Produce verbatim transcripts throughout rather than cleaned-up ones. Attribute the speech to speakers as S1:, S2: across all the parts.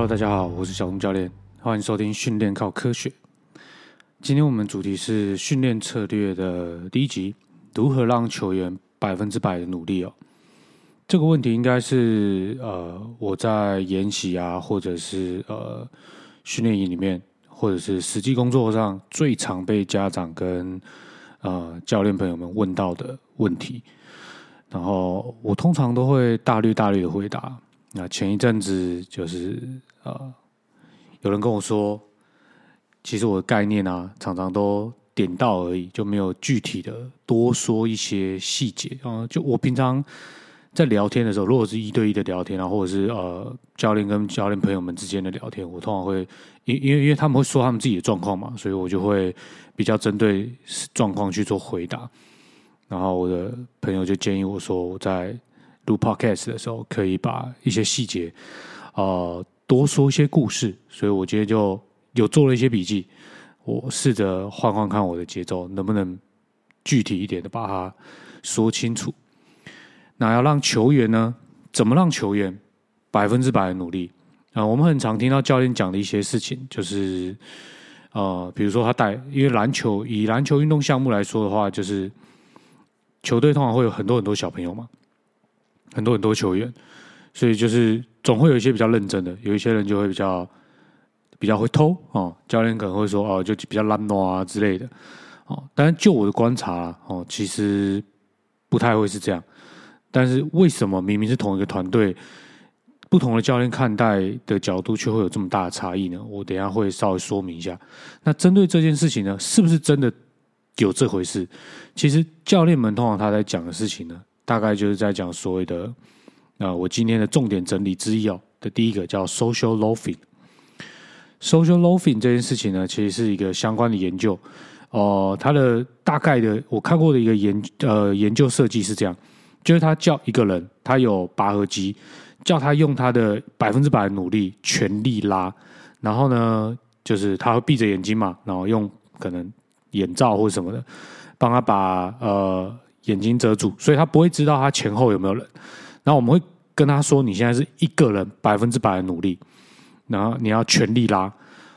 S1: Hello， 大家好，我是小钟教练，欢迎收听训练靠科学。今天我们主题是训练策略的第一集，如何让球员百分之百的努力哦。这个问题应该是呃我在研习啊，或者是呃训练营里面，或者是实际工作上最常被家长跟呃教练朋友们问到的问题。然后我通常都会大略大略的回答。那前一阵子就是呃，有人跟我说，其实我的概念啊，常常都点到而已，就没有具体的多说一些细节啊、呃。就我平常在聊天的时候，如果是一对一的聊天啊，或者是呃教练跟教练朋友们之间的聊天，我通常会因因为因为他们会说他们自己的状况嘛，所以我就会比较针对状况去做回答。然后我的朋友就建议我说，我在录 podcast 的时候，可以把一些细节，呃，多说一些故事，所以我今天就有做了一些笔记，我试着换换看我的节奏，能不能具体一点的把它说清楚。那要让球员呢，怎么让球员百分之百的努力？啊、呃，我们很常听到教练讲的一些事情，就是呃，比如说他带，因为篮球以篮球运动项目来说的话，就是球队通常会有很多很多小朋友嘛。很多很多球员，所以就是总会有一些比较认真的，有一些人就会比较比较会偷哦。教练可能会说哦，就比较懒惰啊之类的哦。但是就我的观察哦，其实不太会是这样。但是为什么明明是同一个团队，不同的教练看待的角度却会有这么大的差异呢？我等一下会稍微说明一下。那针对这件事情呢，是不是真的有这回事？其实教练们通常他在讲的事情呢，大概就是在讲所谓的，呃，我今天的重点整理之一哦的第一个叫 social loafing。social loafing 这件事情呢，其实是一个相关的研究，哦、呃，它的大概的我看过的一个研呃研究设计是这样，就是他叫一个人，他有拔河机，叫他用他的百分之百的努力全力拉，然后呢，就是他会闭着眼睛嘛，然后用可能眼罩或什么的，帮他把呃。眼睛遮住，所以他不会知道他前后有没有人。然后我们会跟他说：“你现在是一个人百分之百的努力，然后你要全力拉。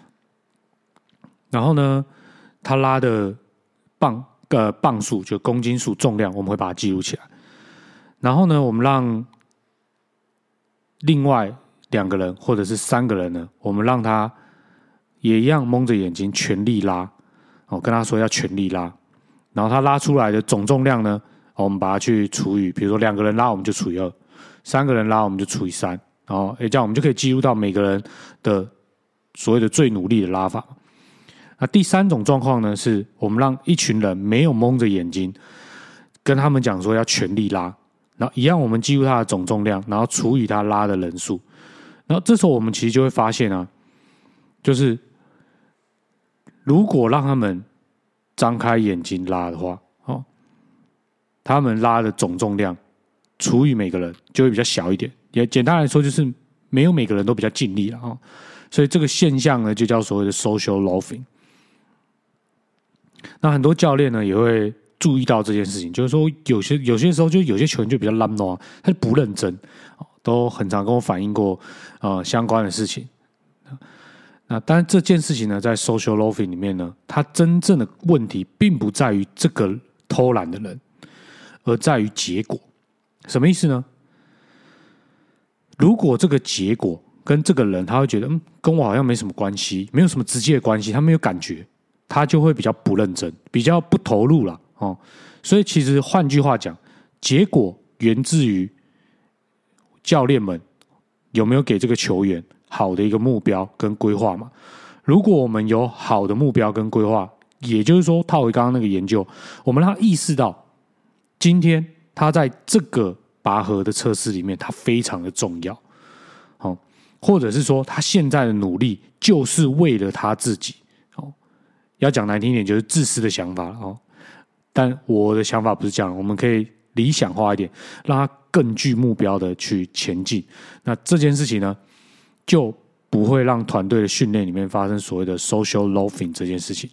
S1: 然后呢，他拉的磅呃磅数就公斤数重量，我们会把它记录起来。然后呢，我们让另外两个人或者是三个人呢，我们让他也一样蒙着眼睛全力拉。哦，跟他说要全力拉。”然后他拉出来的总重量呢，我们把它去除以，比如说两个人拉我们就除以二，三个人拉我们就除以三，然后诶这样我们就可以记录到每个人的所谓的最努力的拉法。那第三种状况呢，是我们让一群人没有蒙着眼睛，跟他们讲说要全力拉，然后一样我们记录他的总重量，然后除以他拉的人数，然后这时候我们其实就会发现啊，就是如果让他们张开眼睛拉的话，哦，他们拉的总重量除以每个人就会比较小一点。也简单来说，就是没有每个人都比较尽力了哦。所以这个现象呢，就叫所谓的 social loafing。那很多教练呢也会注意到这件事情，就是说有些有些时候就有些球员就比较懒惰，他就不认真，都很常跟我反映过呃相关的事情。那当然这件事情呢，在 social loafing 里面呢，它真正的问题并不在于这个偷懒的人，而在于结果。什么意思呢？如果这个结果跟这个人他会觉得，嗯，跟我好像没什么关系，没有什么直接的关系，他没有感觉，他就会比较不认真，比较不投入了哦。所以其实换句话讲，结果源自于教练们有没有给这个球员好的一个目标跟规划嘛？如果我们有好的目标跟规划，也就是说套回刚刚那个研究，我们让他意识到，今天他在这个拔河的测试里面，他非常的重要，哦，或者是说他现在的努力就是为了他自己，哦，要讲难听一点，就是自私的想法哦。但我的想法不是这样，我们可以理想化一点，让他更具目标的去前进。那这件事情呢，就不会让团队的训练里面发生所谓的 social loafing 这件事情。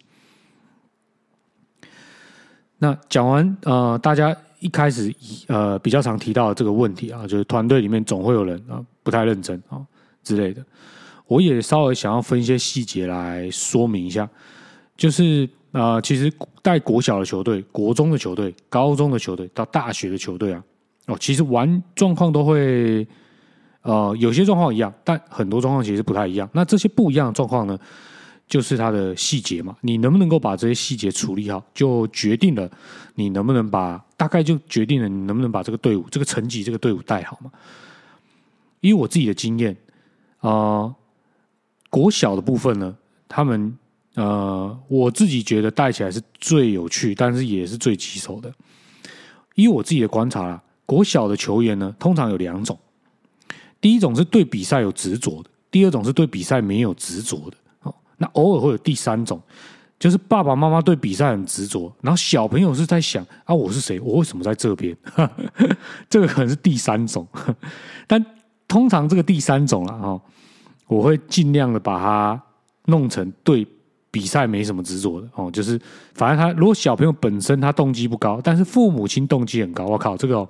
S1: 那讲完呃，大家一开始呃比较常提到的这个问题啊，就是团队里面总会有人啊不太认真啊之类的。 我也稍微想要分一些细节来说明一下，就是呃，其实带国小的球队、国中的球队、高中的球队到大学的球队啊，哦，其实玩状况都会呃有些状况一样，但很多状况其实不太一样。那这些不一样的状况呢，就是它的细节嘛，你能不能够把这些细节处理好，就决定了你能不能把大概就决定了你能不能把这个队伍、这个成绩、这个队伍带好嘛。以我自己的经验，呃，国小的部分呢，他们呃，我自己觉得带起来是最有趣，但是也是最棘手的。以我自己的观察啦，国小的球员呢，通常有两种，第一种是对比赛有执着的，第二种是对比赛没有执着的。哦，那偶尔会有第三种，就是爸爸妈妈对比赛很执着，然后小朋友是在想啊，我是谁？我为什么在这边？这个可能是第三种，但通常这个第三种啦，哦，我会尽量的把它弄成对比赛没什么执着的哦，就是反正他如果小朋友本身他动机不高，但是父母亲动机很高，我靠，这个哦，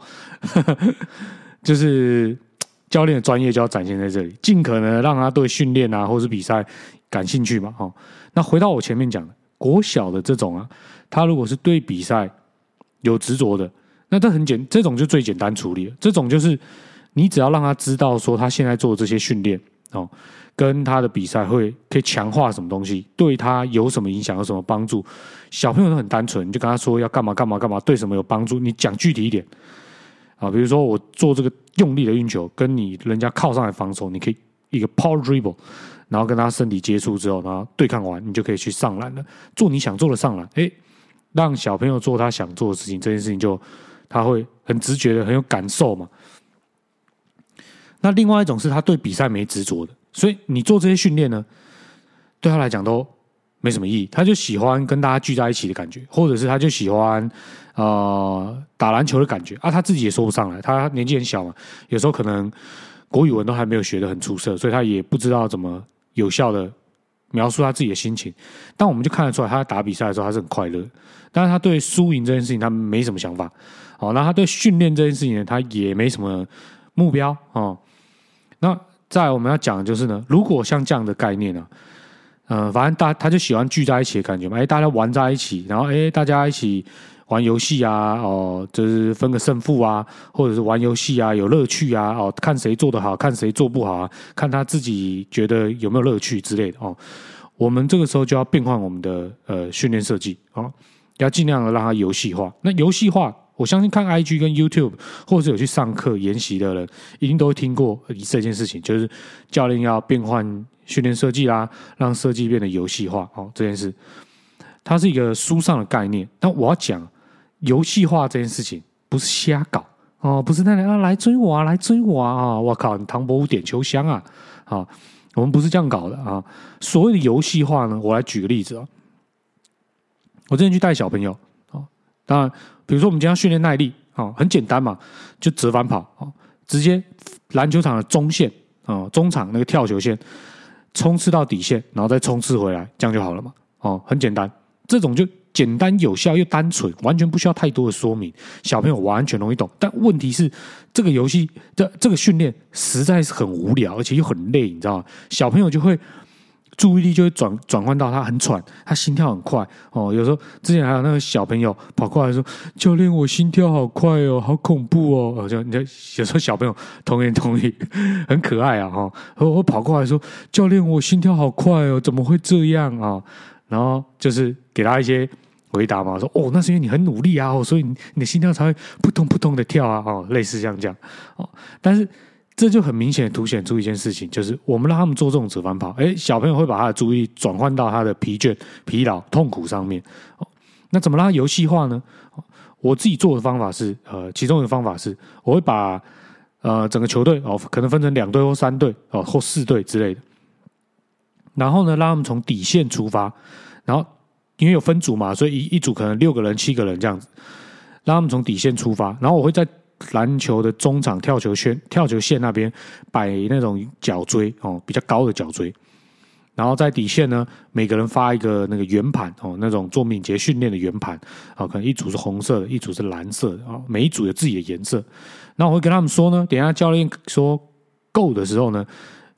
S1: 就是教练的专业就要展现在这里，尽可能让他对训练啊或是比赛感兴趣嘛，哦，那回到我前面讲的国小的这种啊，他如果是对比赛有执着的，那这很简，这种就最简单处理了，这种就是你只要让他知道说他现在做的这些训练哦，跟他的比赛会可以强化什么东西，对他有什么影响，有什么帮助。小朋友都很单纯，你就跟他说要干嘛干嘛干嘛，对什么有帮助，你讲具体一点啊。比如说我做这个用力的运球，跟你人家靠上来防守，你可以一个 power dribble， 然后跟他身体接触之后，然后对抗完，你就可以去上篮了，做你想做的上篮。哎，让小朋友做他想做的事情，这件事情就他会很直觉的，很有感受嘛。那另外一种是他对比赛没执着的，所以你做这些训练呢，对他来讲都没什么意义。他就喜欢跟大家聚在一起的感觉，或者是他就喜欢呃打篮球的感觉啊。他自己也说不上来，他年纪很小嘛，有时候可能国语文都还没有学得很出色，所以他也不知道怎么有效的描述他自己的心情。但我们就看得出来，他在打比赛的时候他是很快乐，但是他对输赢这件事情他没什么想法。好，那他对训练这件事情呢，他也没什么目标哦。那再来我们要讲的就是呢，如果像这样的概念呢、啊，呃，反正大他就喜欢聚在一起的感觉嘛，哎，大家玩在一起，然后哎，大家一起玩游戏啊，哦，就是分个胜负啊，或者是玩游戏啊，有乐趣啊，哦，看谁做得好，看谁做不好啊，看他自己觉得有没有乐趣之类的哦。我们这个时候就要变换我们的呃训练设计哦，要尽量的让它游戏化。那游戏化，我相信看 I G 跟 YouTube 或者有去上课研习的人，一定都会听过这件事情，就是教练要变换训练设计啦，让设计变得游戏化哦。这件事，它是一个书上的概念。但我要讲游戏化这件事情，不是瞎搞哦，不是那里啊来追我啊，来追我啊！啊我靠，你唐伯虎点秋香啊！啊，我们不是这样搞的啊。所谓的游戏化呢，我来举个例子啊。我之前去带小朋友啊，当然。比如说，我们今天要训练耐力，哦，很简单嘛，就折返跑，哦，直接篮球场的中线，哦，中场那个跳球线，冲刺到底线，然后再冲刺回来，这样就好了嘛，哦，很简单，这种就简单有效又单纯，完全不需要太多的说明，小朋友完全容易懂。但问题是，这个游戏这这个训练实在是很无聊，而且又很累，你知道吗？小朋友就会。注意力就会转转换到他很喘，他心跳很快哦。有时候之前还有那个小朋友跑过来说：“教练，我心跳好快哦，好恐怖哦。”哦，就你就有时候小朋友童言童语，很可爱啊哈。然后我跑过来说：“教练，我心跳好快哦，怎么会这样啊？”然后就是给他一些回答嘛，说：“哦，那是因为你很努力啊，哦，所以你的心跳才会扑通扑通的跳啊，哦，类似像这样哦。”但是。这就很明显的凸显出一件事情，就是我们让他们做这种折返跑，哎，小朋友会把他的注意力转换到他的疲倦、疲劳、痛苦上面。哦，那怎么让它游戏化呢？哦，我自己做的方法是，呃，其中一个方法是，我会把呃整个球队哦，可能分成两队或三队哦，或四队之类的，然后呢，让他们从底线出发，然后因为有分组嘛，所以一一组可能六个人、七个人这样子，让他们从底线出发，然后我会在。篮球的中场跳球线跳球线那边摆那种脚锥哦，比较高的脚锥，然后在底线呢，每个人发一个那个圆盘哦，那种做敏捷训练的圆盘哦，可能一组是红色的，一组是蓝色的哦，每一组有自己的颜色。那我会跟他们说呢，等一下教练说够的时候呢，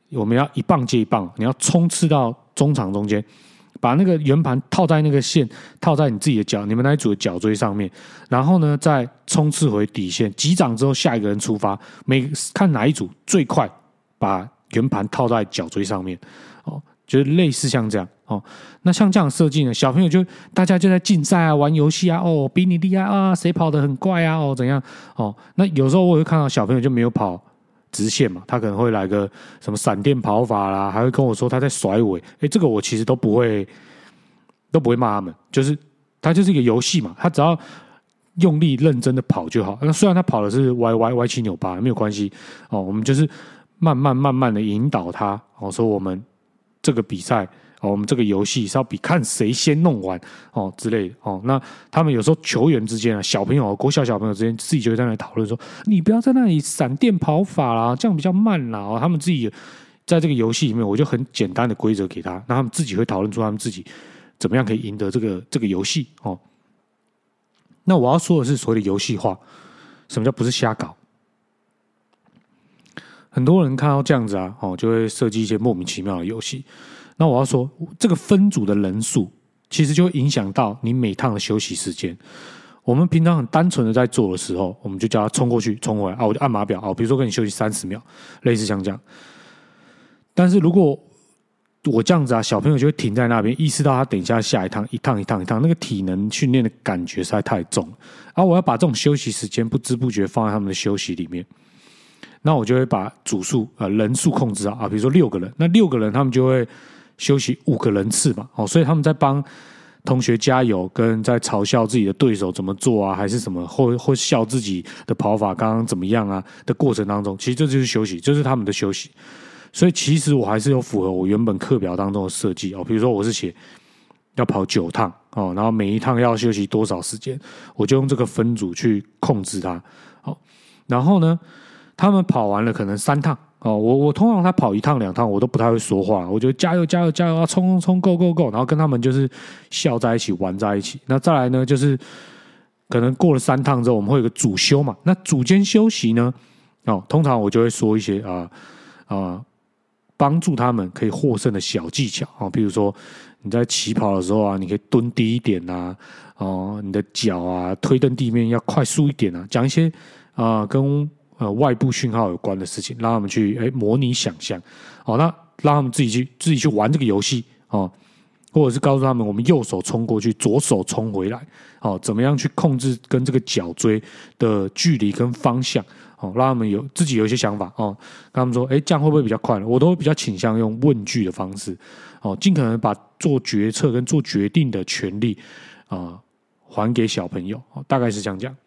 S1: 我们要一棒接一棒，你要冲刺到中场中间，把那个圆盘套在那个线，套在你自己的脚，你们那一组的脚锥上面，然后呢再冲刺回底线，击掌之后下一个人出发，每看哪一组最快把圆盘套在脚锥上面，哦，就是类似像这样哦。那像这样的设计呢，小朋友就大家就在竞赛啊，玩游戏啊，哦，比你厉害啊，谁跑得很快啊，哦怎样哦？那有时候我会看到小朋友就没有跑直线嘛，他可能会来个什么闪电跑法啦，还会跟我说他在甩尾，哎，这个我其实都不会都不会骂他们，就是他就是一个游戏嘛，他只要用力认真的跑就好。那虽然他跑的是歪歪歪七扭八，没有关系哦，我们就是慢慢慢慢的引导他哦，说我们这个比赛哦，我们这个游戏是要比看谁先弄完哦之类的哦。那他们有时候球员之间啊，小朋友国小小朋友之间自己就会在那里讨论说，你不要在那里闪电跑法啦，这样比较慢啦。哦，他们自己在这个游戏里面，我就很简单的规则给他，那他们自己会讨论出他们自己怎么样可以赢得这个这个游戏哦。那我要说的是所谓的游戏化，什么叫不是瞎搞？很多人看到这样子啊，哦，就会设计一些莫名其妙的游戏。那我要说，这个分组的人数其实就会影响到你每趟的休息时间。我们平常很单纯的在做的时候，我们就叫他冲过去、冲回来啊，我就按码表啊，比如说跟你休息三十秒，类似像这样。但是如果我这样子啊，小朋友就会停在那边，意识到他等一下下一趟一趟一趟一趟，那个体能训练的感觉实在太重了。然后我要把这种休息时间不知不觉放在他们的休息里面。那我就会把组数呃人数控制啊，比如说六个人，那六个人他们就会休息五个人次嘛，哦，所以他们在帮同学加油，跟在嘲笑自己的对手怎么做啊，还是什么，或或笑自己的跑法刚刚怎么样啊的过程当中，其实这就是休息，这是他们的休息。所以其实我还是有符合我原本课表当中的设计哦，比如说我是写要跑九趟哦，然后每一趟要休息多少时间，我就用这个分组去控制它。好，然后呢，他们跑完了可能三趟哦，我我通常他跑一趟两趟我都不太会说话，我就加油加油加油啊，冲冲冲 go go go， 然后跟他们就是笑在一起玩在一起。那再来呢，就是可能过了三趟之后，我们会有个主休嘛，那组间休息呢，哦，通常我就会说一些啊啊。呃呃帮助他们可以获胜的小技巧啊，比如说你在起跑的时候啊，你可以蹲低一点啊，哦，你的脚啊推蹬地面要快速一点啊，讲一些啊、呃、跟呃外部讯号有关的事情，让他们去哎模拟想象，哦，那让他们自己去自己去玩这个游戏哦，或者是告诉他们我们右手冲过去，左手冲回来，哦，怎么样去控制跟这个脚椎的距离跟方向。哦，让他们有自己有一些想法哦，跟他们说，哎，这样会不会比较快呢？我都会比较倾向用问句的方式，哦，尽可能把做决策跟做决定的权利啊、呃、还给小朋友，哦，大概是这样讲。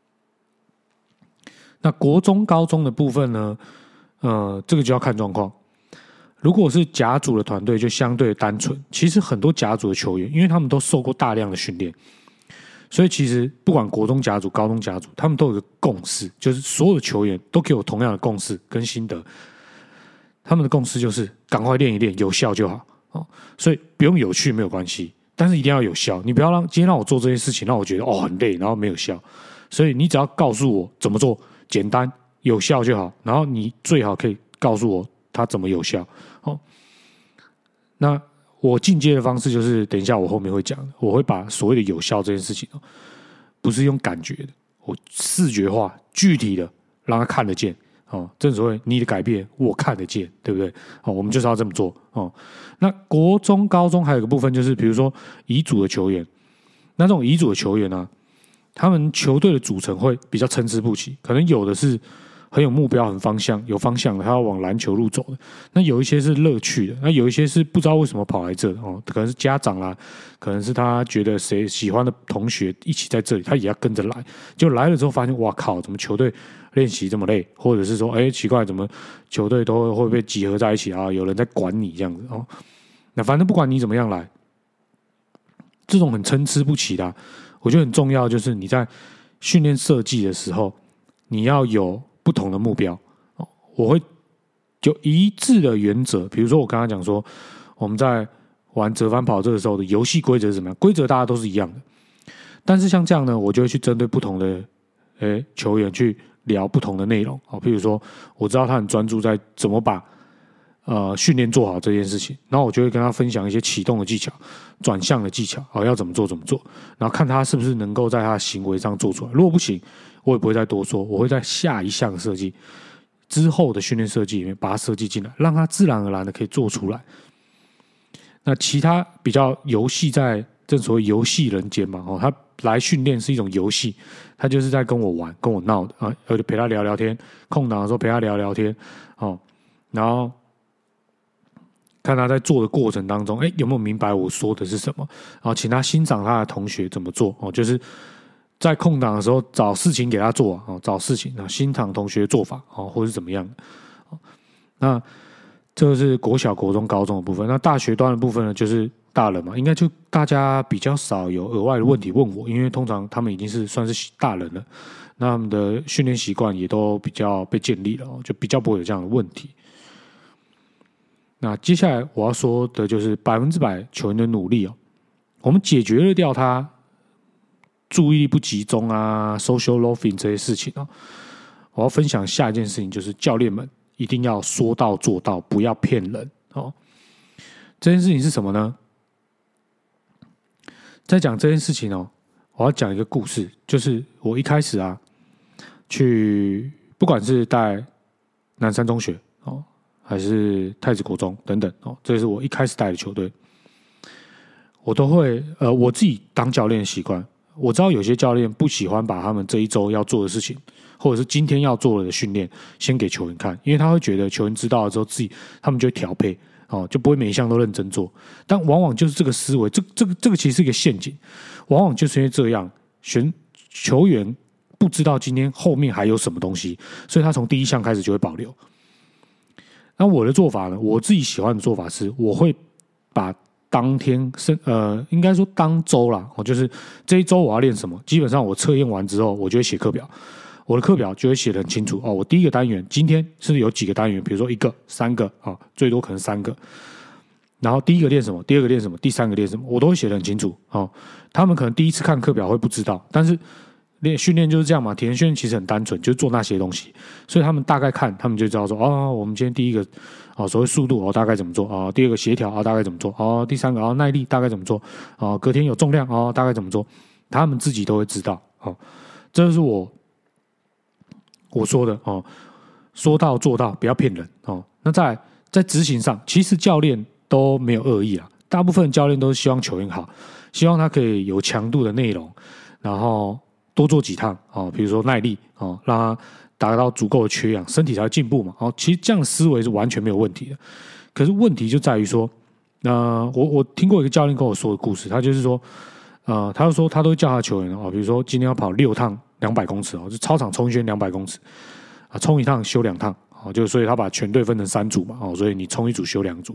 S1: 那国中、高中的部分呢，呃，这个就要看状况。如果是甲组的团队，就相对单纯。其实很多甲组的球员，因为他们都受过大量的训练。所以其实不管国中甲组、高中甲组，他们都有一个共识，就是所有的球员都给我同样的共识跟心得。他们的共识就是赶快练一练，有效就好哦。所以不用有趣没有关系，但是一定要有效。你不要让今天让我做这件事情，让我觉得哦很累，然后没有效。所以你只要告诉我怎么做，简单有效就好。然后你最好可以告诉我它怎么有效。哦，那。我进阶的方式就是，等一下我后面会讲，我会把所谓的有效这件事情，不是用感觉的，我视觉化、具体的让他看得见。哦，正所谓你的改变我看得见，对不对？哦，我们就是要这么做。哦，那国中、高中还有一个部分就是，比如说乙组的球员，那这种乙组的球员呢、啊，他们球队的组成会比较参差不齐，可能有的是。很有目标、很方向、有方向的，他要往篮球路走的。那有一些是乐趣的，那有一些是不知道为什么跑来这哦，可能是家长啦，可能是他觉得谁喜欢的同学一起在这里，他也要跟着来。就来了之后发现，哇靠，怎么球队练习这么累？或者是说，哎，奇怪，怎么球队都会被集合在一起啊？有人在管你这样子哦。那反正不管你怎么样来，这种很参差不齐的、啊，我觉得很重要，就是你在训练设计的时候，你要有。不同的目标，我会就一致的原则。比如说，我刚刚讲说，我们在玩折返跑这个时候的游戏规则是怎么样？规则大家都是一样的，但是像这样呢，我就会去针对不同的诶球员去聊不同的内容。哦，譬如说，我知道他很专注在怎么把呃训练做好这件事情，然后我就会跟他分享一些启动的技巧、转向的技巧，哦，要怎么做怎么做，然后看他是不是能够在他的行为上做出来。如果不行，我也不会再多说，我会在下一项设计之后的训练设计里面把它设计进来，让他自然而然的可以做出来。那其他比较游戏在正所谓游戏人间嘛，哦，他来训练是一种游戏，他就是在跟我玩、跟我闹的啊，我就陪他聊聊天，空档的时候陪他聊聊天，哦，然后看他在做的过程当中，哎，有没有明白我说的是什么？然后请他欣赏他的同学怎么做，哦，就是在空档的时候找事情给他做啊，哦，找事情啊，欣赏同学的做法，哦，或是怎么样的，哦，那。这个是国小、国中、高中的部分。那大学端的部分呢，就是大人嘛，应该就大家比较少有额外的问题问我，因为通常他们已经是算是大人了，那他们的训练习惯也都比较被建立了，就比较不会有这样的问题。那接下来我要说的就是百分之百球员的努力哦，我们解决了掉他注意力不集中啊、social loafing 这些事情哦。我要分享下一件事情，就是教练们一定要说到做到，不要骗人哦。这件事情是什么呢？在讲这件事情哦，我要讲一个故事，就是我一开始啊，去不管是带南山中学哦，还是太子国中等等哦，这是我一开始带的球队，我都会呃，我自己当教练的习惯。我知道有些教练不喜欢把他们这一周要做的事情，或者是今天要做的训练，先给球员看，因为他会觉得球员知道了之后，自己他们就会调配哦，就不会每一项都认真做。但往往就是这个思维，这这个这个其实是一个陷阱，往往就是因为这样，选球员不知道今天后面还有什么东西，所以他从第一项开始就会保留。那我的做法呢，我自己喜欢的做法是，我会把当天是呃，应该说当周啦，我就是这一周我要练什么，基本上我测验完之后，我就会写课表，我的课表就会写得很清楚哦。我第一个单元今天是有几个单元，比如说一个、三个啊，最多可能三个。然后第一个练什么，第二个练什么，第三个练什么，我都会写得很清楚哦。他们可能第一次看课表会不知道，但是练训练就是这样嘛，体能训练其实很单纯，就是做那些东西，所以他们大概看，他们就知道说哦，我们今天第一个。哦，所谓速度哦，大概怎么做哦？第二个协调啊，大概怎么做哦？第三个哦，耐力大概怎么做哦？隔天有重量哦，大概怎么做？他们自己都会知道哦。这就是我我说的哦，说到做到，不要骗人哦。那在在执行上，其实教练都没有恶意啦，大部分教练都是希望球员好，希望他可以有强度的内容，然后多做几趟哦，比如说耐力哦，让他达到足够的缺氧，身体才会进步嘛。哦，其实这样的思维是完全没有问题的。可是问题就在于说，呃，我我听过一个教练跟我说的故事，他就是说，呃，他就说他都会叫他的球员哦，比如说今天要跑六趟两百公尺哦，就操场冲一圈两百公尺啊，冲一趟休两趟哦，就所以他把全队分成三组嘛哦，所以你冲一组休两组。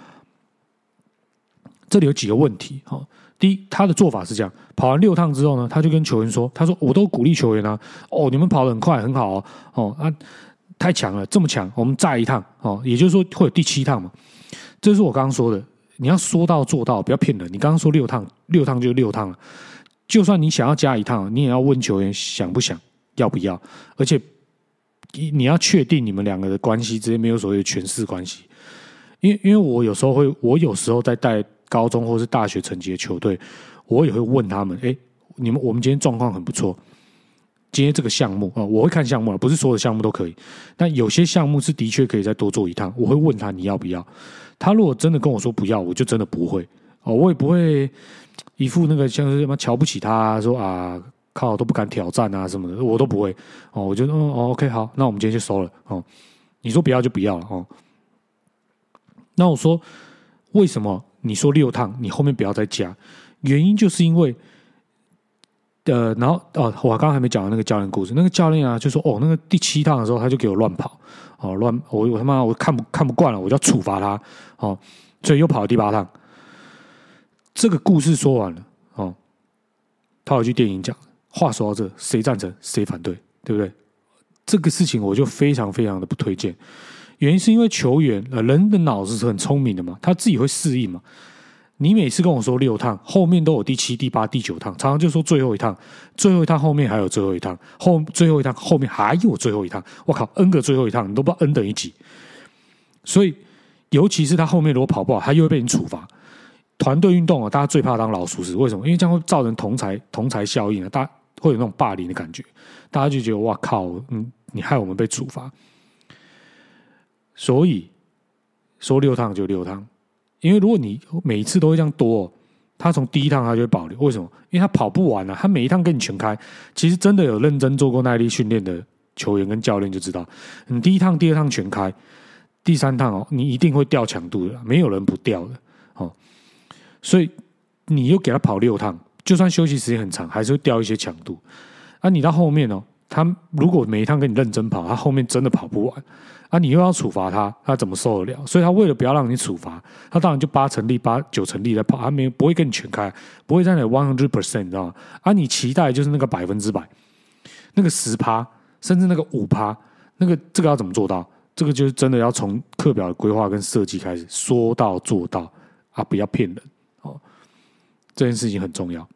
S1: 这里有几个问题哦。第一，他的做法是这样：跑完六趟之后呢，他就跟球员说：“他说我都鼓励球员啊，哦，你们跑得很快，很好哦，哦啊，太强了，这么强，我们再一趟哦，也就是说会有第七趟嘛。这是我刚刚说的，你要说到做到，不要骗人。你刚刚说六趟，六趟就六趟了，就算你想要加一趟，你也要问球员想不想，要不要，而且你要确定你们两个的关系之间没有所谓的权势关系。因为因为我有时候会，我有时候在带。高中或是大学层级的球队，我也会问他们：哎，你们我们今天状况很不错，今天这个项目啊、哦，我会看项目，不是所有的项目都可以，但有些项目是的确可以再多做一趟。我会问他你要不要？他如果真的跟我说不要，我就真的不会哦，我也不会一副那个像是什么瞧不起他、啊，说啊靠都不敢挑战啊什么的，我都不会哦。我就哦哦 OK 好，那我们今天就收了哦。你说不要就不要了哦。那我说为什么？你说六趟，你后面不要再加，原因就是因为，呃，然后哦，我刚刚还没讲到那个教练故事，那个教练啊就说哦，那个第七趟的时候他就给我乱跑，哦乱，我我他妈我看不看不惯了，我就要处罚他，哦，所以又跑了第八趟。这个故事说完了，哦，他有句电影讲，话说到这，谁赞成谁反对，对不对？这个事情我就非常非常的不推荐。原因是因为球员，呃，人的脑子是很聪明的嘛，他自己会适应嘛。你每次跟我说六趟，后面都有第七、第八、第九趟，常常就说最后一趟，最后一趟后面还有最后一趟，后最后一趟后面还有最后一趟。我靠 ，N 个最后一趟，你都不知道 N 等于几。所以尤其是他后面如果跑不好，他又会被你处罚。团队运动啊，大家最怕当老鼠屎，为什么？因为这样会造成同才同才效应啊，大家会有那种霸凌的感觉，大家就觉得哇靠，嗯，你害我们被处罚。所以说六趟就六趟，因为如果你每一次都会这样多、哦，他从第一趟他就会保留，为什么？因为他跑不完啊，他每一趟跟你全开。其实真的有认真做过耐力训练的球员跟教练就知道，你第一趟、第二趟全开，第三趟哦，你一定会掉强度的，没有人不掉的哦。所以你又给他跑六趟，就算休息时间很长，还是会掉一些强度。啊，你到后面哦，他如果每一趟跟你认真跑，他后面真的跑不完，啊，你又要处罚他，他怎么受得了？所以他为了不要让你处罚，他当然就八成力、八九成力在跑，他没不会跟你全开，不会在那 one hundred percent， 你知道吗？啊，你期待就是那个百分之百，那个十趴，甚至那个五趴，那个这个要怎么做到？这个就是真的要从课表的规划跟设计开始，说到做到啊，不要骗人。这件事情很重要。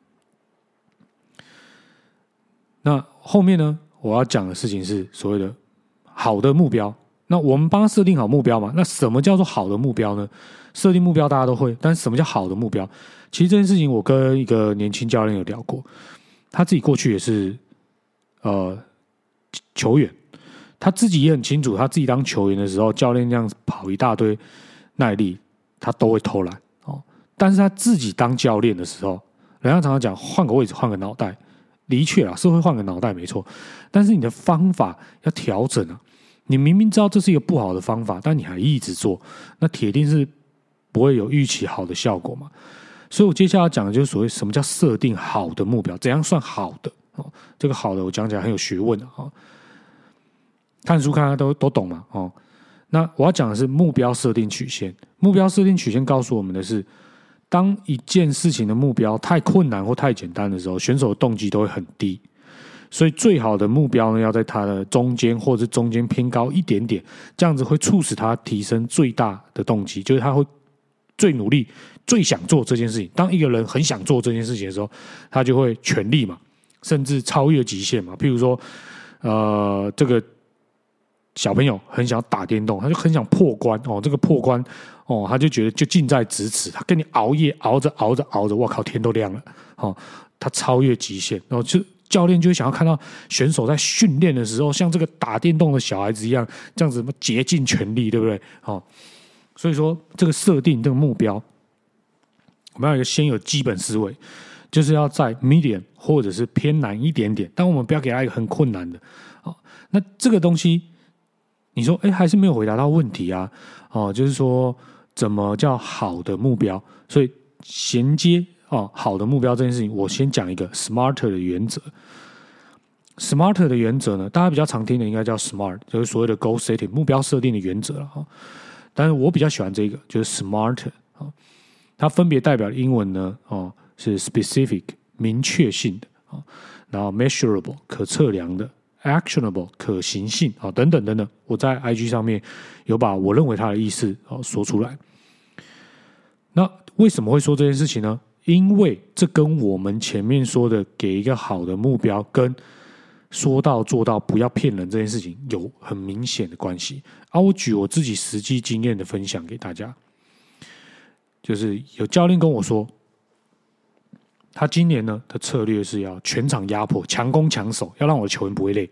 S1: 那后面呢，我要讲的事情是所谓的好的目标。那我们帮他设定好目标嘛？那什么叫做好的目标呢？设定目标大家都会，但是什么叫好的目标？其实这件事情我跟一个年轻教练有聊过，他自己过去也是呃球员，他自己也很清楚，他自己当球员的时候，教练这样跑一大堆耐力，他都会偷懒。但是他自己当教练的时候，人家常常讲换个位置换个脑袋，的确啦，是会换个脑袋没错，但是你的方法要调整啊。你明明知道这是一个不好的方法，但你还一直做，那铁定是不会有预期好的效果嘛。所以我接下来要讲的就是所谓什么叫设定好的目标，怎样算好的哦？这个好的我讲起来很有学问啊、哦，看书看他都都懂嘛哦。那我要讲的是目标设定曲线，目标设定曲线告诉我们的是，当一件事情的目标太困难或太简单的时候，选手的动机都会很低。所以最好的目标呢，要在它的中间或者中间偏高一点点，这样子会促使他提升最大的动机，就是他会最努力、最想做这件事情。当一个人很想做这件事情的时候，他就会全力嘛，甚至超越极限嘛。譬如说，呃，这个小朋友很想要打电动，他就很想破关哦，这个破关哦，他就觉得就近在咫尺，他跟你熬夜熬着熬着熬着，我靠，天都亮了哦，他超越极限，然后就教练就会想要看到选手在训练的时候，像这个打电动的小孩子一样，这样子竭尽全力，对不对？哦，所以说这个设定这个目标，我们要有一个先有基本思维，就是要在 medium 或者是偏难一点点，但我们不要给他一个很困难的。哦，那这个东西，你说，哎，还是没有回答到问题啊？哦，就是说怎么叫好的目标？所以衔接哦，好的目标这件事情，我先讲一个 SMART 的原则。SMART 的原则呢，大家比较常听的应该叫 SMART， 就是所谓的 Goal Setting 目标设定的原则了哈。但是我比较喜欢这个，就是 SMART 啊，它分别代表的英文呢，哦是 Specific 明确性的啊，然后 Measurable 可测量的 ，Actionable 可行性啊，等等等等。我在 I G 上面有把我认为它的意思哦说出来。那为什么会说这件事情呢？因为这跟我们前面说的给一个好的目标跟说到做到不要骗人这件事情有很明显的关系啊！我举我自己实际经验的分享给大家，就是有教练跟我说，他今年呢的策略是要全场压迫、强攻强守，要让我的球员不会累。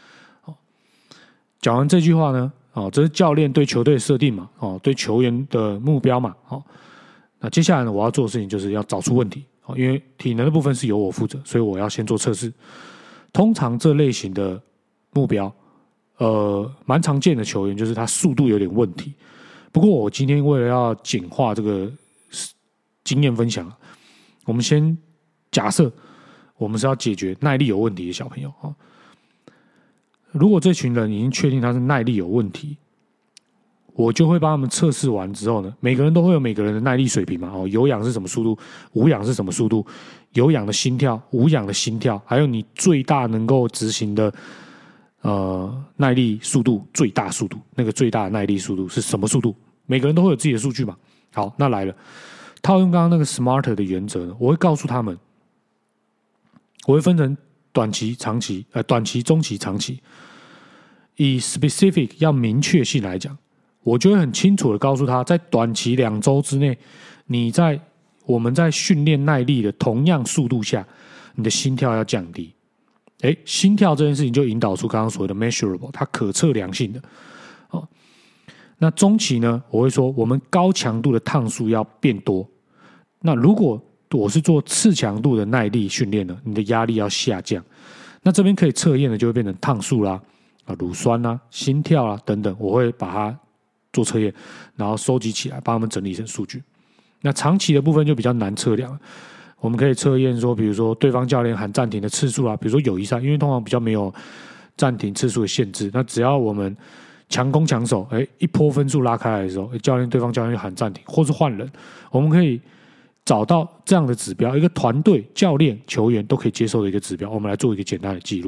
S1: 讲完这句话呢，哦，这是教练对球队设定嘛，哦，对球员的目标嘛，哦，那接下来呢，我要做的事情就是要找出问题，哦，因为体能的部分是由我负责，所以我要先做测试。通常这类型的目标，呃，蛮常见的球员就是他速度有点问题。不过我今天为了要简化这个经验分享，我们先假设我们是要解决耐力有问题的小朋友啊。如果这群人已经确定他是耐力有问题，我就会帮他们测试完之后呢，每个人都会有每个人的耐力水平嘛。哦，有氧是什么速度，无氧是什么速度，有氧的心跳，无氧的心跳，还有你最大能够执行的呃耐力速度，最大速度，那个最大的耐力速度是什么速度？每个人都会有自己的数据嘛。好，那来了，套用刚刚那个 SMART 的原则呢，我会告诉他们，我会分成短期、长期，呃，短期、中期、长期。以 specific 要明确性来讲， 我就会很清楚的告诉他，在短期两周之内，你在我们在训练耐力的同样速度下，你的心跳要降低。哎，心跳这件事情就引导出刚刚所谓的 measurable， 它可测量性的。哦，那中期呢，我会说我们高强度的趟数要变多。那如果我是做次强度的耐力训练呢，你的压力要下降。那这边可以测验的就会变成趟数啦、啊乳酸啦、心跳啦等等，我会把它做测验，然后收集起来，帮他们整理成数据。那长期的部分就比较难测量了，我们可以测验说，比如说对方教练喊暂停的次数啊，比如说友谊赛，因为通常比较没有暂停次数的限制，那只要我们强攻强守，哎，一波分数拉开来的时候，教练对方教练就喊暂停，或是换人，我们可以找到这样的指标，一个团队、教练、球员都可以接受的一个指标，我们来做一个简单的记录。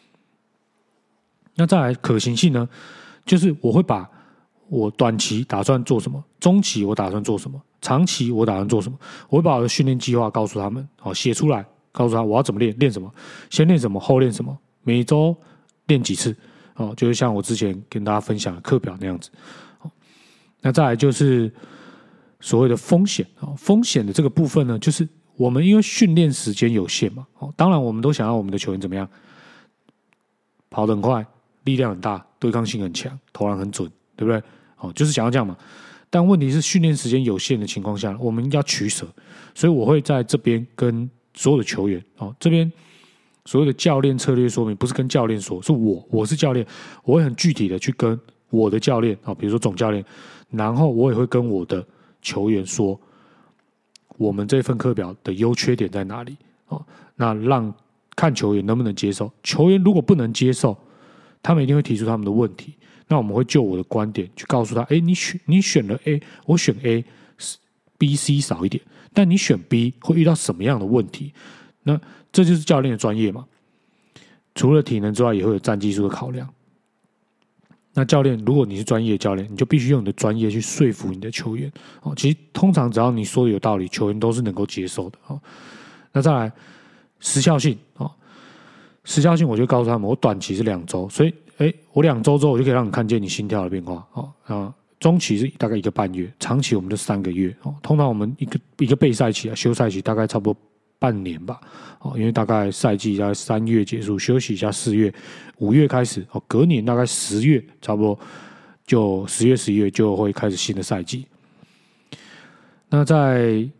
S1: 那再来可行性呢，就是我会把我短期打算做什么，中期我打算做什么，长期我打算做什么，我会把我的训练计划告诉他们，好，写出来，告诉他我要怎么练，练什么，先练什么，后练什么，每周练几次，哦，就是像我之前跟大家分享的课表那样子。那再来就是所谓的风险，风险的这个部分呢，就是我们因为训练时间有限嘛，当然我们都想要我们的球员怎么样，跑得很快，力量很大，对抗性很强，投篮很准，对不对？哦，就是想要这样嘛。但问题是训练时间有限的情况下，我们要取舍，所以我会在这边跟所有的球员，哦，这边所有的教练策略说明不是跟教练说，是我，我是教练，我会很具体的去跟我的教练，哦，比如说总教练，然后我也会跟我的球员说，我们这份课表的优缺点在哪里？哦，那让看球员能不能接受。球员如果不能接受，他们一定会提出他们的问题。那我们会就我的观点去告诉他：哎，你选你选了 A， 我选 A，B、C 少一点，但你选 B 会遇到什么样的问题？那这就是教练的专业嘛。除了体能之外，也会有战技术的考量。那教练，如果你是专业教练，你就必须用你的专业去说服你的球员。哦，其实通常只要你说的有道理，球员都是能够接受的。哦，那再来时效性，哦，时效性我就告诉他们，我短期是两周，所以，哎，我两周之后我就可以让你看见你心跳的变化。哦，啊，中期是大概一个半月，长期我们就三个月。哦，通常我们一个一个备赛期啊，休赛期大概差不多半年吧。哦，因为大概赛季大概三月结束，休息一下四月，五月开始，哦，隔年大概十月，差不多就十月十一月就会开始新的赛季。那在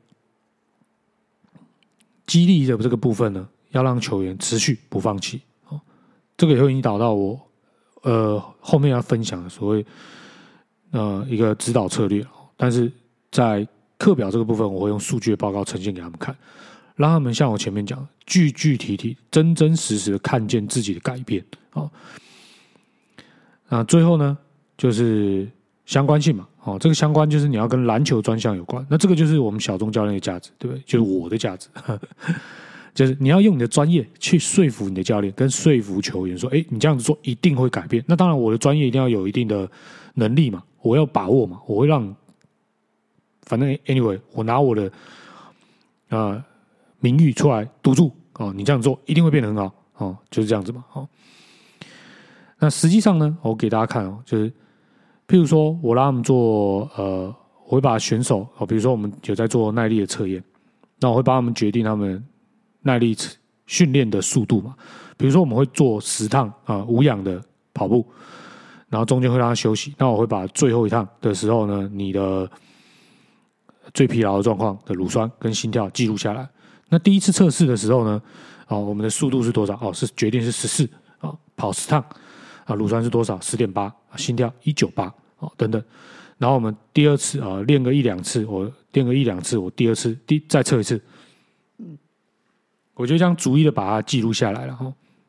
S1: 激励的这个部分呢，要让球员持续不放弃。哦，这个也会引导到我呃后面要分享的所谓呃一个指导策略。但是在课表这个部分，我会用数据的报告呈现给他们看。让他们像我前面讲，具具体体、真真实实的看见自己的改变。哦，那最后呢，就是相关性嘛。哦，这个相关就是你要跟篮球专项有关。那这个就是我们小钟教练的价值，对不对？就是我的价值，就是你要用你的专业去说服你的教练，跟说服球员说：“哎，你这样子做一定会改变。”那当然，我的专业一定要有一定的能力嘛，我要把握嘛，我会让，反正 anyway， 我拿我的啊。呃名誉出来督促哦，你这样做一定会变得很好哦，就是这样子嘛。哦，那实际上呢，我给大家看哦，就是譬如说我让他们做呃，我会把选手哦，比如说我们有在做耐力的测验，那我会帮他们决定他们耐力训练的速度嘛。比如说我们会做十趟啊、呃、无氧的跑步，然后中间会让他休息。那我会把最后一趟的时候呢，你的最疲劳的状况的乳酸跟心跳记录下来。那第一次测试的时候呢，哦，我们的速度是多少？哦，是决定是十四啊，跑十趟啊，乳酸是多少？十点八，心跳一九八，哦，等等。然后我们第二次啊，练个一两次，我练个一两次，我第二次第再测一次，我就这样逐一的把它记录下来了哈。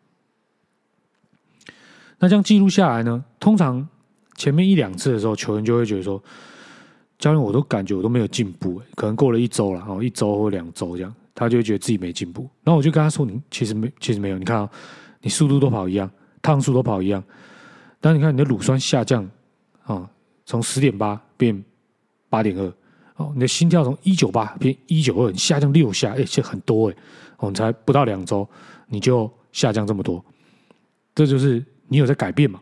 S1: 那这样记录下来呢，通常前面一两次的时候，球员就会觉得说，教练，我都感觉我都没有进步，可能过了一周了，哦，一周或两周这样。他就会觉得自己没进步，然后我就跟他说：“你其实没，其实没有。你看啊，你速度都跑一样，趟数都跑一样，但你看你的乳酸下降啊，从十点八变八点二，哦，你的心跳从一九八变一九二，你下降六下，哎，这很多哎，哦，你才不到两周你就下降这么多，这就是你有在改变嘛。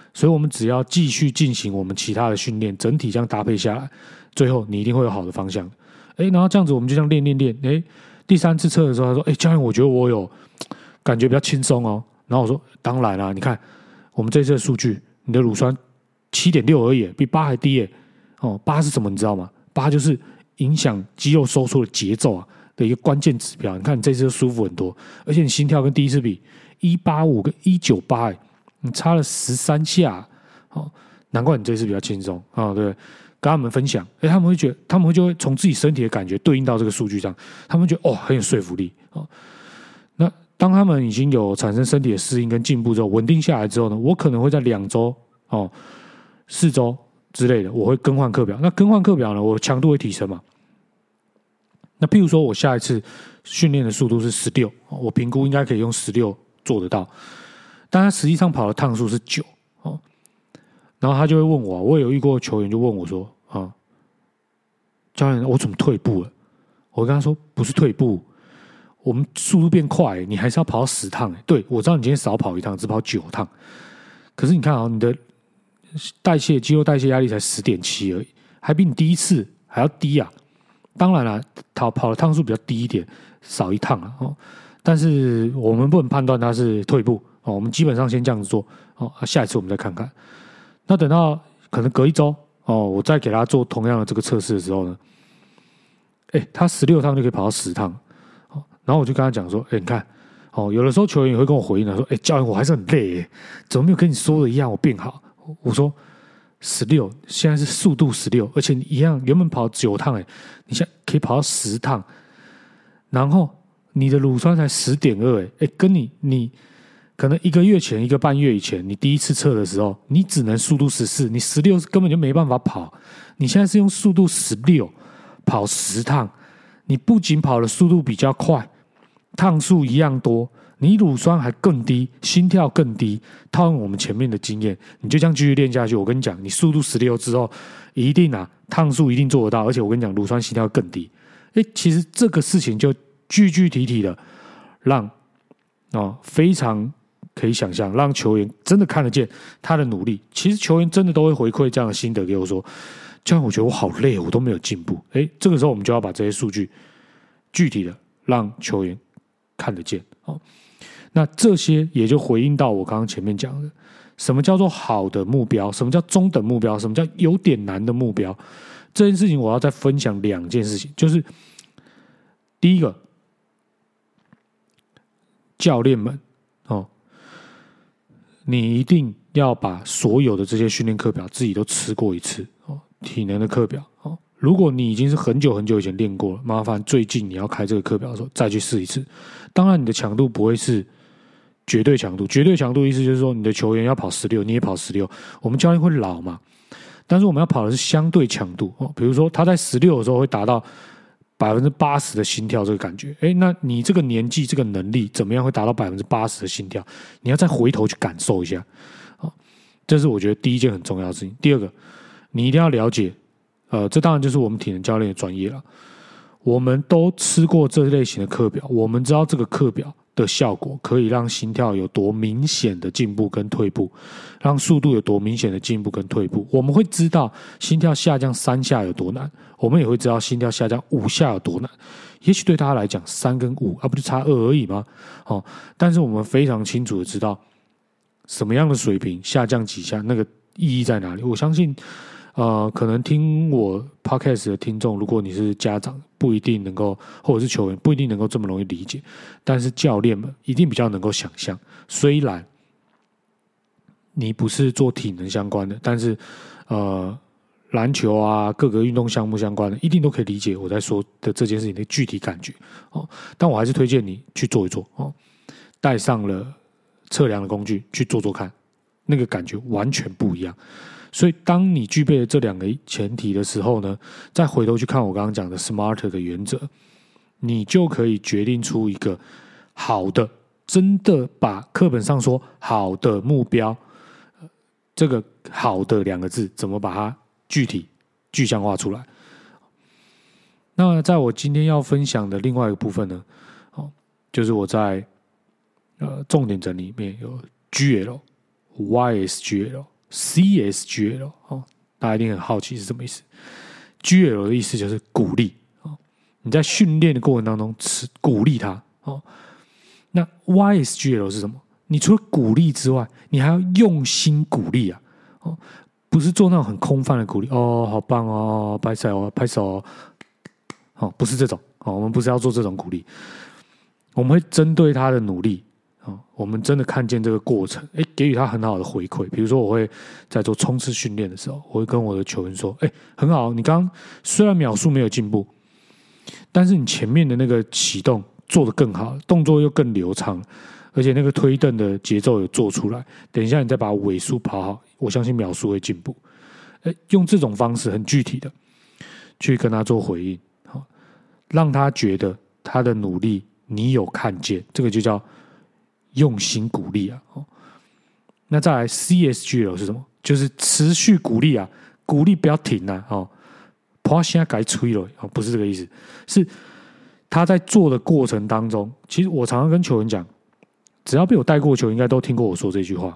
S1: 所以我们只要继续进行我们其他的训练，整体这样搭配下来，最后你一定会有好的方向。哎，然后这样子我们就这样练练练，哎，第三次测的时候，他说：“哎，教练，我觉得我有感觉比较轻松哦。”然后我说：“当然啦，你看我们这次的数据，你的乳酸七点六而已，比八还低耶。哦，八是什么你知道吗？八就是影响肌肉收缩的节奏啊的一个关键指标。你看你这次就舒服很多，而且你心跳跟第一次比一八五跟一九八，你差了十三下，哦，难怪你这次比较轻松啊、哦，对不对？”跟他们分享，哎，他们会觉得，他们会就会从自己身体的感觉对应到这个数据上，他们觉得哦很有说服力哦。那当他们已经有产生身体的适应跟进步之后，稳定下来之后呢，我可能会在两周哦、四周之类的，我会更换课表。那更换课表呢，我强度会提升嘛？那譬如说我下一次训练的速度是十六，我评估应该可以用十六做得到，但他实际上跑的趟数是九哦。然后他就会问我、啊，我有遇过球员就问我说：“啊，教练，我怎么退步了？”我跟他说：“不是退步，我们速度变快，你还是要跑到十趟。对，我知道你今天少跑一趟，只跑九趟，可是你看啊，你的代谢肌肉代谢压力才十点七而已，还比你第一次还要低啊。当然了，跑跑的趟数比较低一点，少一趟啊。哦，但是我们不能判断它是退步哦，我们基本上先这样子做哦，下一次我们再看看。”那等到可能隔一周哦，我再给他做同样的这个测试的时候呢，哎，他十六趟就可以跑到十趟，哦，然后我就跟他讲说，哎，你看，哦，有的时候球员也会跟我回应说，哎，教练，我还是很累耶，怎么没有跟你说的一样，我变好？我说十六，现在是速度十六，而且你一样原本跑九趟，哎，你现在可以跑到十趟，然后你的乳酸才十点二，哎，跟你你。可能一个月前、一个半月以前，你第一次测的时候，你只能速度十四，你十六根本就没办法跑。你现在是用速度十六跑十趟，你不仅跑的速度比较快，趟数一样多，你乳酸还更低，心跳更低。套用我们前面的经验，你就这样继续练下去。我跟你讲，你速度十六之后，一定啊，趟数一定做得到，而且我跟你讲，乳酸心跳更低。哎，其实这个事情就具具体体的让哦非常。可以想象，让球员真的看得见他的努力。其实球员真的都会回馈这样的心得给我说：“教练，我觉得我好累，我都没有进步。”哎，这个时候我们就要把这些数据具体的让球员看得见。哦，那这些也就回应到我刚刚前面讲的，什么叫做好的目标，什么叫中等目标，什么叫有点难的目标。这件事情我要再分享两件事情，就是第一个，教练们哦。你一定要把所有的这些训练课表自己都吃过一次哦，体能的课表哦。如果你已经是很久很久以前练过了，麻烦最近你要开这个课表的时候再去试一次。当然，你的强度不会是绝对强度，绝对强度意思就是说你的球员要跑十六，你也跑十六，我们教练会老嘛。但是我们要跑的是相对强度哦，比如说他在十六的时候会达到百分之八十的心跳这个感觉，哎，那你这个年纪、这个能力怎么样会达到百分之八十的心跳？你要再回头去感受一下，哦，这是我觉得第一件很重要的事情。第二个，你一定要了解，呃，这当然就是我们体能教练的专业了。我们都吃过这类型的课表，我们知道这个课表的效果可以让心跳有多明显的进步跟退步，让速度有多明显的进步跟退步。我们会知道心跳下降三下有多难，我们也会知道心跳下降五下有多难。也许对他来讲，三跟五啊，不就差二而已吗？哦，但是我们非常清楚的知道什么样的水平下降几下，那个意义在哪里。我相信。呃，可能听我 podcast 的听众，如果你是家长，不一定能够，或者是球员，不一定能够这么容易理解。但是教练们一定比较能够想象。虽然你不是做体能相关的，但是呃，篮球啊，各个运动项目相关的，一定都可以理解我在说的这件事情的具体感觉哦。但我还是推荐你去做一做哦，带上了测量的工具去做做看，那个感觉完全不一样。所以，当你具备了这两个前提的时候呢，再回头去看我刚刚讲的 SMART 的原则，你就可以决定出一个好的，真的把课本上说好的目标，这个“好的”两个字怎么把它具体具象化出来？那在我今天要分享的另外一个部分呢，哦，就是我在呃重点整理里面有 G L， Why is G L？ C S G L 哦，大家一定很好奇是什么意思。G L 的意思就是鼓励哦，你在训练的过程当中鼓励他哦。那 Y S G L 是什么？你除了鼓励之外，你还要用心鼓励啊！哦，不是做那种很空泛的鼓励哦，好棒哦，拍手哦，拍手哦，哦，不是这种哦，我们不是要做这种鼓励，我们会针对他的努力哦，我们真的看见这个过程，哎，给予他很好的回馈。比如说，我会在做冲刺训练的时候，我会跟我的球员说：“哎，很好，你刚刚虽然秒数没有进步，但是你前面的那个启动做得更好，动作又更流畅。”而且那个推蹬的节奏有做出来，等一下你再把尾数跑好，我相信秒数会进步。欸、用这种方式很具体的去跟他做回应，好，让他觉得他的努力你有看见，这个就叫用心鼓励啊。那再来 C S G L 是什么？就是持续鼓励啊，鼓励不要停啊，哦，跑现在该吹了，哦，不是这个意思，是他在做的过程当中，其实我常常跟球员讲。只要被我带过球，应该都听过我说这句话，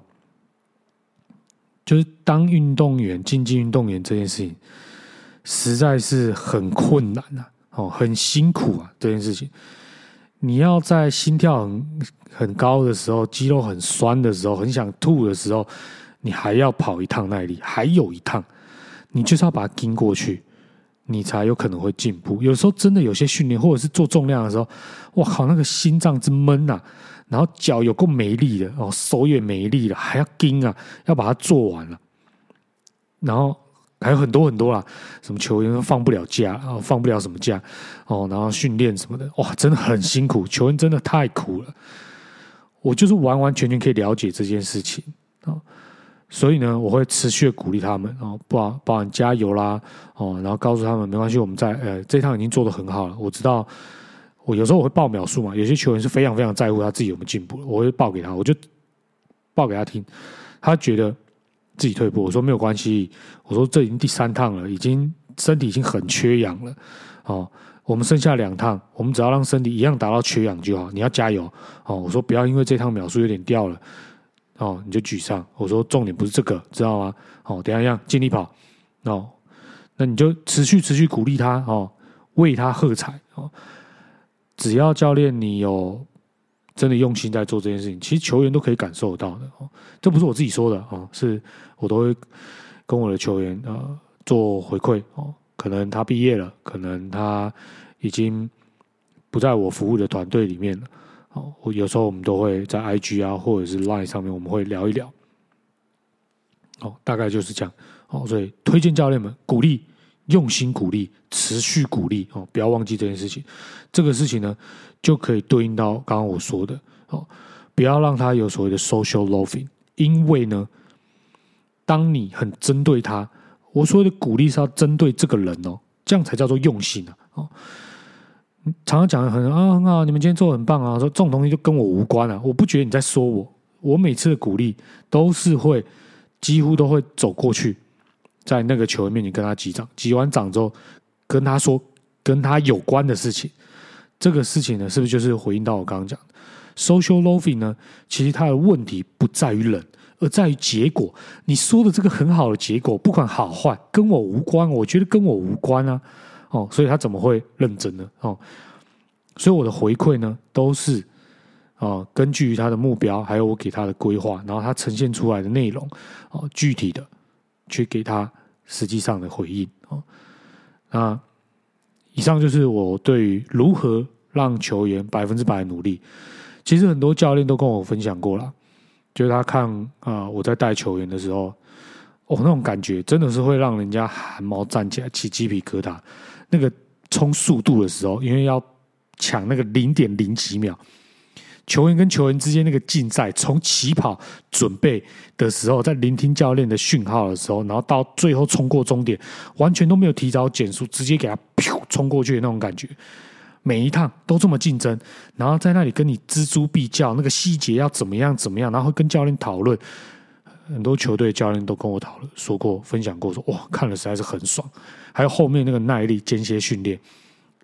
S1: 就是当运动员、竞技运动员这件事情，实在是很困难啊，哦，很辛苦啊。这件事情，你要在心跳很很高的时候，肌肉很酸的时候，很想吐的时候，你还要跑一趟耐力，还有一趟，你就是要把它盯过去，你才有可能会进步。有时候真的有些训练，或者是做重量的时候，哇靠，那个心脏之闷啊！然后脚有够没力的哦，手也没力了，还要盯啊，要把它做完了。然后还有很多很多啦，什么球员放不了假，哦，放不了什么假哦，然后训练什么的，哇，真的很辛苦，球员真的太苦了。我就是完完全全可以了解这件事情哦，所以呢，我会持续的鼓励他们哦，包包含加油啦哦，然后告诉他们没关系，我们在呃这一趟已经做得很好了，我知道。我有时候我会报秒数嘛，有些球员是非常非常在乎他自己有没有进步，我会报给他，我就报给他听，他觉得自己退步，我说没有关系，我说这已经第三趟了，已经身体已经很缺氧了，哦，我们剩下两趟，我们只要让身体一样达到缺氧就好，你要加油哦，我说不要因为这趟秒数有点掉了，哦，你就沮丧，我说重点不是这个，知道吗？哦，等一下一样尽力跑，哦，那你就持续持续鼓励他哦，为他喝彩哦。只要教练你有真的用心在做这件事情，其实球员都可以感受到的哦。这不是我自己说的哦，是我都会跟我的球员呃做回馈哦。可能他毕业了，可能他已经不在我服务的团队里面了哦。我有时候我们都会在 I G 啊或者是 Line 上面我们会聊一聊哦，大概就是这样哦。所以推荐教练们鼓励。用心鼓励，持续鼓励哦，不要忘记这件事情。这个事情呢，就可以对应到刚刚我说的哦，不要让他有所谓的 social loafing， 因为呢，当你很针对他，我所谓的鼓励是要针对这个人哦，这样才叫做用心啊哦。常常讲的很啊很好，你们今天做的很棒啊，说这种东西就跟我无关啊，我不觉得你在说我，我每次的鼓励都是会几乎都会走过去。在那个球员面前跟他击掌，击完掌之后，跟他说跟他有关的事情，这个事情呢，是不是就是回应到我刚刚讲的 social loafing 呢？其实它的问题不在于人，而在于结果。你说的这个很好的结果，不管好坏，跟我无关，我觉得跟我无关啊。哦，所以他怎么会认真呢？哦，所以我的回馈呢，都是哦，根据他的目标，还有我给他的规划，然后他呈现出来的内容，哦，具体的。去给他实际上的回应哦。那以上就是我对于如何让球员百分之百努力。其实很多教练都跟我分享过啦，就是他看啊、呃、我在带球员的时候，哦那种感觉真的是会让人家汗毛站起来，起鸡皮疙瘩。那个冲速度的时候，因为要抢那个零点零几秒。球员跟球员之间那个竞赛，从起跑准备的时候，在聆听教练的讯号的时候，然后到最后冲过终点，完全都没有提早减速，直接给他噗冲过去的那种感觉。每一趟都这么竞争，然后在那里跟你锱铢必较，那个细节要怎么样怎么样，然后会跟教练讨论。很多球队教练都跟我讨论说过、分享过说，哇，看了实在是很爽。还有后面那个耐力间歇训练，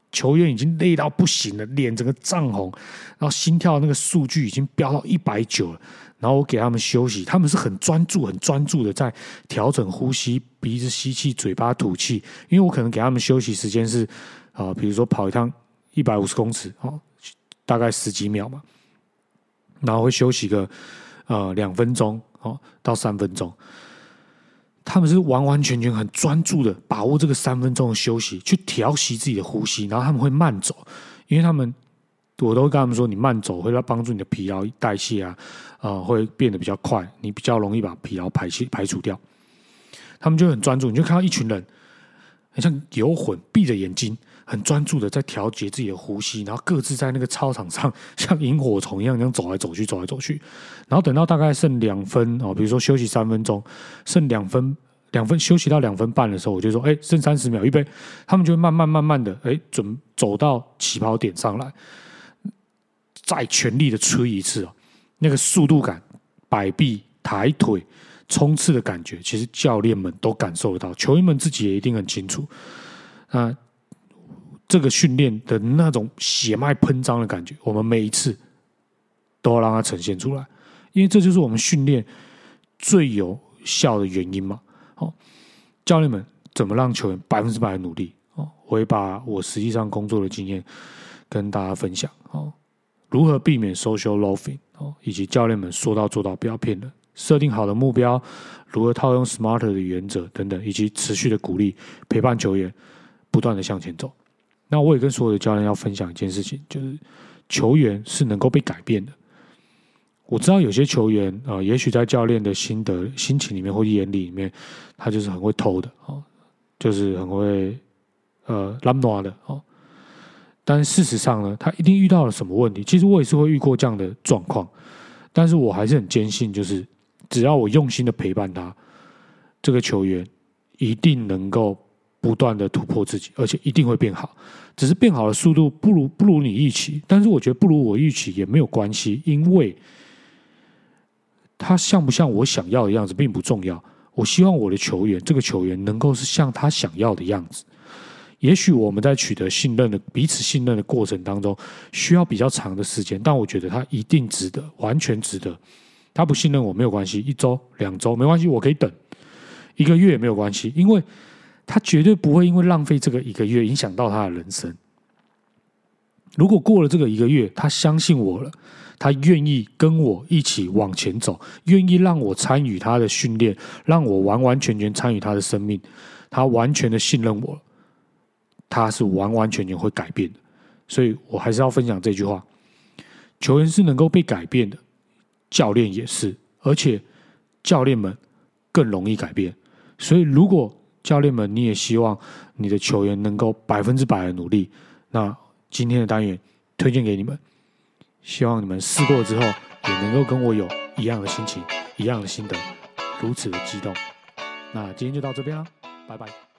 S1: 球员已经累到不行了，脸整个涨红，然后心跳那个数据已经飙到一百九了。然后我给他们休息，他们是很专注、很专注的在调整呼吸，鼻子吸气，嘴巴吐气。因为我可能给他们休息时间是啊、呃，比如说跑一趟一百五十公尺哦，大概十几秒嘛，然后会休息个呃两分钟哦到三分钟。他们是完完全全很专注的把握这个三分钟的休息，去调息自己的呼吸，然后他们会慢走，因为他们。我都会跟他们说，你慢走会帮助你的疲劳代谢啊，呃，会变得比较快，你比较容易把疲劳排泄排除掉。他们就很专注，你就看到一群人，很像游魂，闭着眼睛，很专注的在调节自己的呼吸，然后各自在那个操场上像萤火虫一样，这样走来走去，走来走去。然后等到大概剩两分哦，比如说休息三分钟，剩两分。两分休息到两分半的时候，我就说：“哎、欸，剩三十秒，预备。”他们就会慢慢慢慢的，哎、欸，准走到起跑点上来。再全力的吹一次哦，那个速度感、摆臂、抬腿、冲刺的感觉，其实教练们都感受得到，球员们自己也一定很清楚。那这个训练的那种血脉喷张的感觉，我们每一次都要让它呈现出来，因为这就是我们训练最有效的原因嘛。哦，教练们怎么让球员百分之百的努力？哦，我会把我实际上工作的经验跟大家分享。哦。如何避免 social loafing 哦，以及教练们说到做到，不要骗人，设定好的目标，如何套用 SMART 的原则等等，以及持续的鼓励陪伴球员不断的向前走。那我也跟所有的教练要分享一件事情，就是球员是能够被改变的。我知道有些球员啊、呃，也许在教练的心得、心情里面或眼里里面，他就是很会偷的哦，就是很会呃懒惰的哦。但事实上呢，他一定遇到了什么问题？其实我也是会遇过这样的状况，但是我还是很坚信，就是只要我用心的陪伴他，这个球员一定能够不断的突破自己，而且一定会变好。只是变好的速度不如不如你预期，但是我觉得不如我预期也没有关系，因为他像不像我想要的样子并不重要。我希望我的球员，这个球员能够是像他想要的样子。也许我们在取得信任的彼此信任的过程当中，需要比较长的时间，但我觉得他一定值得，完全值得。他不信任我没有关系，一周、两周没关系，我可以等，一个月也没有关系，因为他绝对不会因为浪费这个一个月影响到他的人生。如果过了这个一个月，他相信我了，他愿意跟我一起往前走，愿意让我参与他的训练，让我完完全全参与他的生命，他完全的信任我了。他是完完全全会改变的，所以我还是要分享这句话：球员是能够被改变的，教练也是，而且教练们更容易改变。所以，如果教练们你也希望你的球员能够百分之百的努力，那今天的单元推荐给你们，希望你们试过之后也能够跟我有一样的心情、一样的心得，如此的激动。那今天就到这边了，拜拜。